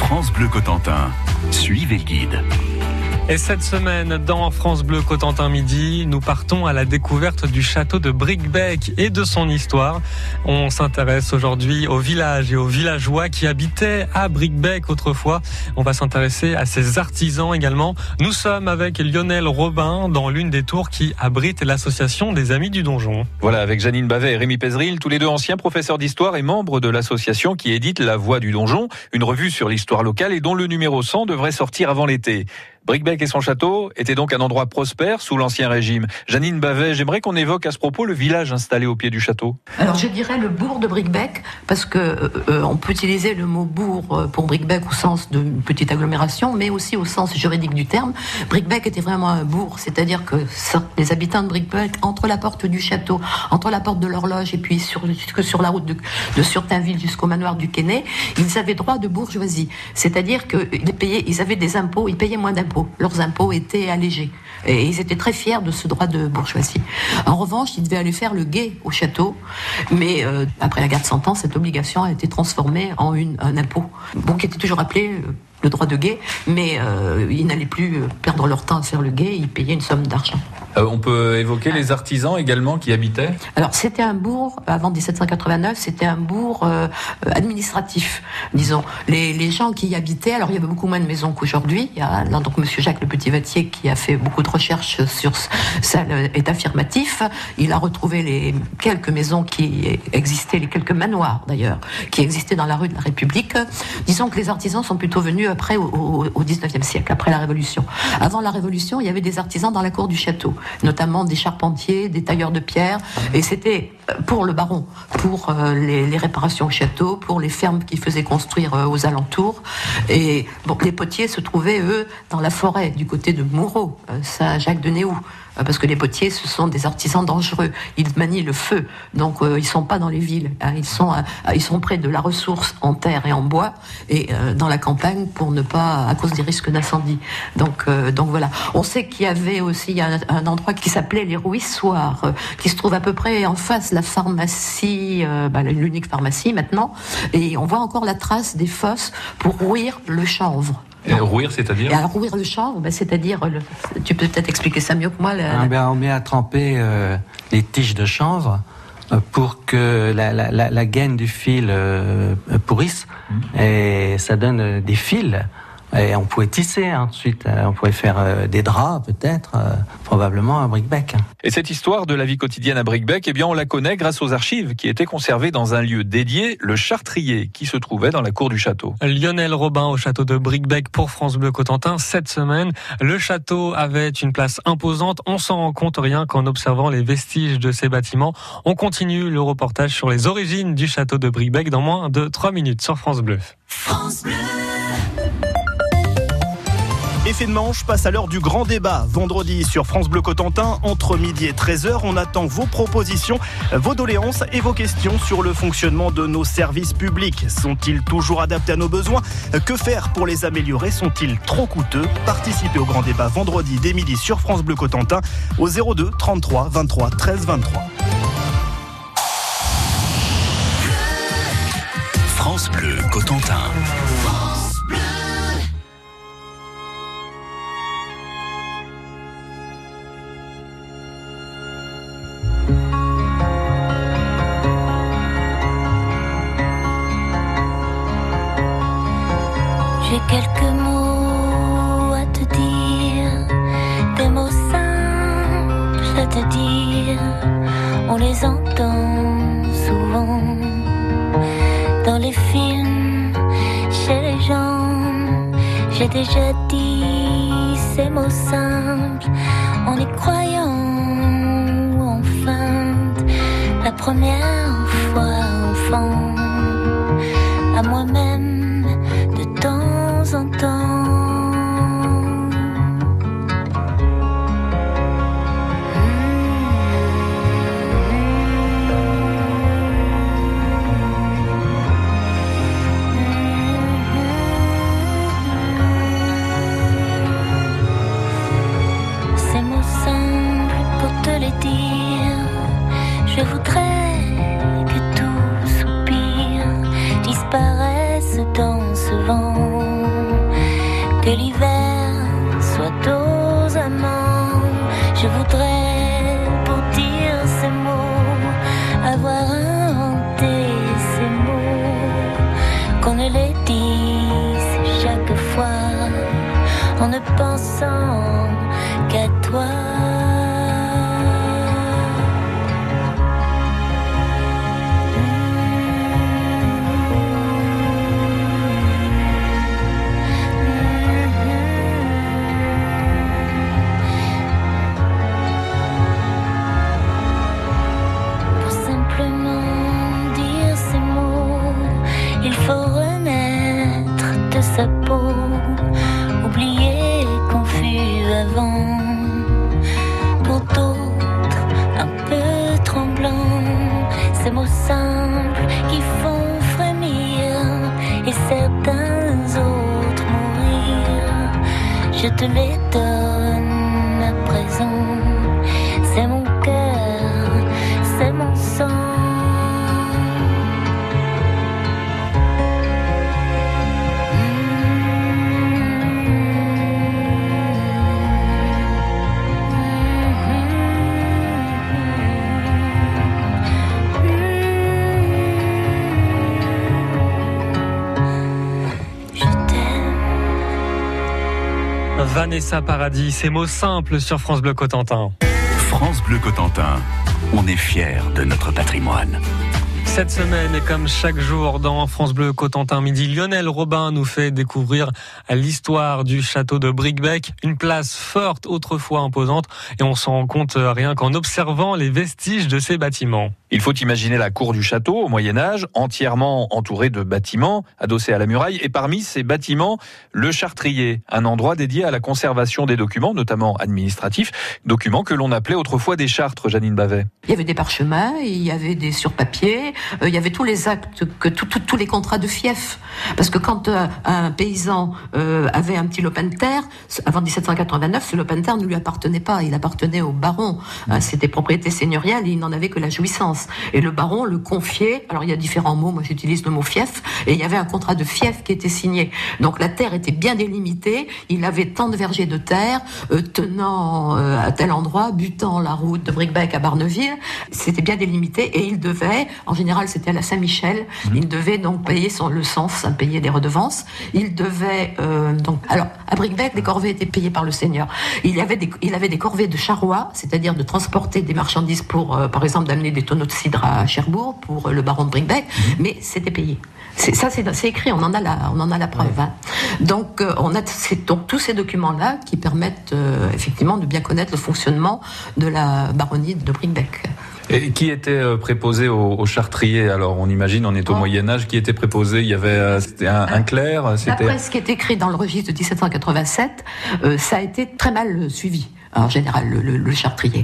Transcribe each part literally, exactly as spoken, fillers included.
France Bleu Cotentin. Suivez le guide. Et cette semaine, dans France Bleu Cotentin Midi, nous partons à la découverte du château de Bricquebec et de son histoire. On s'intéresse aujourd'hui au village et aux villageois qui habitaient à Bricquebec autrefois. On va s'intéresser à ses artisans également. Nous sommes avec Lionel Robin dans l'une des tours qui abrite l'association des Amis du Donjon. Voilà, avec Janine Bavet et Rémi Pézeril, tous les deux anciens professeurs d'histoire et membres de l'association qui édite La Voix du Donjon, une revue sur l'histoire locale et dont le numéro cent devrait sortir avant l'été. Bricquebec et son château étaient donc un endroit prospère sous l'Ancien Régime. Janine Bavet, j'aimerais qu'on évoque à ce propos le village installé au pied du château. Alors je dirais le bourg de Bricquebec, parce que euh, on peut utiliser le mot bourg pour Bricquebec au sens de petite agglomération, mais aussi au sens juridique du terme. Bricquebec était vraiment un bourg, c'est-à-dire que ça, les habitants de Bricquebec, entre la porte du château, entre la porte de l'horloge et puis sur, sur la route de, de Surtainville jusqu'au manoir du Quesnay, ils avaient droit de bourgeoisie. C'est-à-dire qu'ils payaient, ils avaient des impôts, ils payaient moins d'impôts. Leurs impôts étaient allégés. Et ils étaient très fiers de ce droit de bourgeoisie. En revanche, ils devaient aller faire le guet au château. Mais euh, après la guerre de Cent Ans, cette obligation a été transformée en une, un impôt. Bon, qui était toujours appelé euh, le droit de guet, mais euh, ils n'allaient plus perdre leur temps à faire le guet, ils payaient une somme d'argent. Euh, on peut évoquer les artisans également qui habitaient ? Alors, c'était un bourg, avant dix-sept cent quatre-vingt-neuf, c'était un bourg euh, administratif, disons. Les, les gens qui y habitaient, alors il y avait beaucoup moins de maisons qu'aujourd'hui. Il y a là, donc Monsieur Jacques Le Petit-Vattier qui a fait beaucoup de recherches sur ça, est affirmatif. Il a retrouvé les quelques maisons qui existaient, les quelques manoirs d'ailleurs, qui existaient dans la rue de la République. Disons que les artisans sont plutôt venus après au, au dix-neuvième siècle, après la Révolution. Avant la Révolution, il y avait des artisans dans la cour du château, notamment des charpentiers, des tailleurs de pierre, et c'était pour le baron, pour euh, les, les réparations au château, pour les fermes qui faisaient construire euh, aux alentours. Et bon, les potiers se trouvaient, eux, dans la forêt, du côté de Moureaux, euh, Saint-Jacques-de-Néou. Parce que les potiers, ce sont des artisans dangereux. Ils manient le feu, donc euh, ils sont pas dans les villes. Hein. Ils sont, euh, ils sont près de la ressource en terre et en bois, et euh, dans la campagne pour ne pas, à cause des risques d'incendie. Donc, euh, donc voilà. On sait qu'il y avait aussi un, un endroit qui s'appelait les Rouissoirs, euh, qui se trouve à peu près en face de la pharmacie, euh, bah, l'unique pharmacie maintenant, et on voit encore la trace des fosses pour rouir le chanvre. Et rouir, c'est-à-dire ? Et alors, rouir le chanvre, ben, c'est-à-dire, le, tu peux peut-être expliquer ça mieux que moi. La, ah, ben, on met à tremper euh, les tiges de chanvre euh, pour que la, la, la, la gaine du fil euh, pourrisse, mmh. et ça donne euh, des fils. Et on pouvait tisser ensuite, on pouvait faire euh, des draps peut-être, euh, probablement à Bricquebec. Et cette histoire de la vie quotidienne à Bricquebec, eh bien on la connaît grâce aux archives qui étaient conservées dans un lieu dédié, le Chartrier, qui se trouvait dans la cour du château. Lionel Robin au château de Bricquebec pour France Bleu Cotentin. Cette semaine, le château avait une place imposante. On s'en rend compte rien qu'en observant les vestiges de ces bâtiments. On continue le reportage sur les origines du château de Bricquebec dans moins de trois minutes sur France Bleu. France Bleu. Effet de manche passe à l'heure du grand débat. Vendredi sur France Bleu Cotentin, entre midi et treize heures, on attend vos propositions, vos doléances et vos questions sur le fonctionnement de nos services publics. Sont-ils toujours adaptés à nos besoins ? Que faire pour les améliorer ? Sont-ils trop coûteux ? Participez au grand débat vendredi dès midi sur France Bleu Cotentin au zéro deux trente-trois vingt-trois treize vingt-trois. France Bleu Cotentin. J'ai quelques mots à te dire, des mots simples à te dire. On les entend souvent dans les films, chez les gens. J'ai déjà dit ces mots simples en y croyant ou en feinte. La première fois enfant, à moi-même de temps en temps. Ces mots simples pour te les dire, je voudrais que tout soupir disparaisse dans ce vent. que l'hiver soit aux amants. Je voudrais, pour dire ces mots, avoir inventé ces mots, qu'on ne les dise chaque fois en ne pensant qu'à toi. Sa peau, oublier qu'on fut avant. Pour d'autres, un peu tremblants, ces mots simples qui font frémir et certains autres mourir. Je te les donne à présent. C'est mon cœur, c'est mon sang. Vanessa Paradis, ces mots simples sur France Bleu Cotentin. France Bleu Cotentin, on est fiers de notre patrimoine. Cette semaine, et comme chaque jour dans France Bleu Cotentin Midi, Lionel Robin nous fait découvrir l'histoire du château de Bricquebec, une place forte, autrefois imposante, et on s'en rend compte rien qu'en observant les vestiges de ces bâtiments. Il faut imaginer la cour du château au Moyen-Âge, entièrement entourée de bâtiments, adossés à la muraille, et parmi ces bâtiments, le chartrier, un endroit dédié à la conservation des documents, notamment administratifs, documents que l'on appelait autrefois des chartres, Janine Bavet. Il y avait des parchemins, il y avait des sur-papiers, euh, il y avait tous les actes, que tout, tout, tous les contrats de fief. Parce que quand euh, un paysan euh, avait un petit lopin de terre, avant dix-sept cent quatre-vingt-neuf, ce lopin de terre ne lui appartenait pas, il appartenait au baron. Mmh. C'était propriété seigneuriale et il n'en avait que la jouissance. Et le baron le confiait, alors il y a différents mots, moi j'utilise le mot fief, et il y avait un contrat de fief qui était signé. Donc la terre était bien délimitée, il avait tant de vergers de terre, euh, tenant euh, à tel endroit, butant la route de Bricquebec à Barneville, c'était bien délimité, et il devait, en général c'était à la Saint-Michel, mmh. il devait donc payer son, le cens, payer des redevances, il devait, euh, donc, alors à Bricquebec, les corvées étaient payées par le seigneur. Il y avait des, il avait des corvées de charroi, c'est-à-dire de transporter des marchandises pour, euh, par exemple, d'amener des tonneaux de cidre à Cherbourg pour le baron de Bricquebec, mmh. mais c'était payé. C'est, ça, c'est, c'est écrit, on en a la, on en a la preuve. Ouais. Hein. Donc, euh, on a c'est, donc, tous ces documents-là qui permettent euh, effectivement de bien connaître le fonctionnement de la baronnie de Bricquebec. Et qui était préposé au, au chartrier? Alors, on imagine, on est au oh. Moyen-Âge, qui était préposé? Il y avait c'était un, un clerc. C'était... D'après ce qui est écrit dans le registre de dix-sept cent quatre-vingt-sept, euh, ça a été très mal suivi. En général, le, le, le chartrier.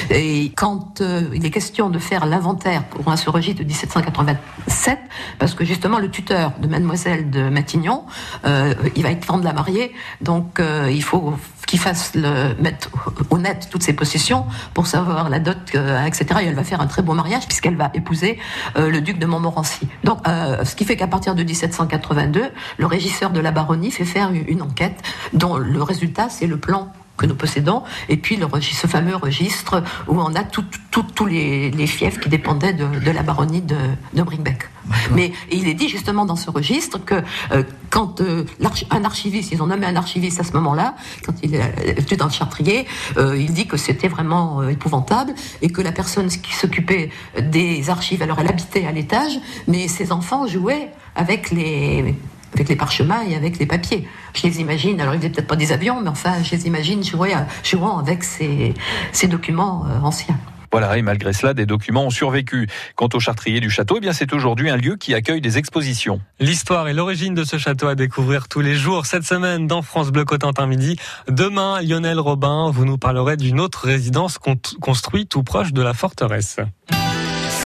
Et quand euh, il est question de faire l'inventaire pour un ce registre de dix-sept cent quatre-vingt-sept, parce que justement le tuteur de Mademoiselle de Matignon, euh, il va être temps de la marier, donc euh, il faut qu'il fasse le, mettre au net toutes ses possessions pour savoir la dot, euh, et cetera. Et elle va faire un très beau mariage puisqu'elle va épouser euh, le duc de Montmorency. Donc, euh, ce qui fait qu'à partir de dix-sept cent quatre-vingt-deux, le régisseur de la baronnie fait faire une, une enquête dont le résultat, c'est le plan que nous possédons, et puis le registre, ce fameux registre où on a tous tout, tout les, les fiefs qui dépendaient de, de la baronnie de, de Bricquebec. Mais il est dit justement dans ce registre que euh, quand euh, un archiviste, ils ont nommé un archiviste à ce moment-là, quand il était dans le chartrier, euh, il dit que c'était vraiment euh, épouvantable et que la personne qui s'occupait des archives, alors elle habitait à l'étage, mais ses enfants jouaient avec les... avec les parchemins et avec les papiers. Je les imagine, alors ils n'avaient peut-être pas des avions, mais enfin, je les imagine jouer, jouant avec ces, ces documents euh, anciens. Voilà, et malgré cela, des documents ont survécu. Quant au chartrier du château, eh bien, c'est aujourd'hui un lieu qui accueille des expositions. L'histoire et l'origine de ce château à découvrir tous les jours cette semaine dans France Bleu Cotentin Midi. Demain, Lionel Robin, vous nous parlerez d'une autre résidence construite tout proche de la forteresse.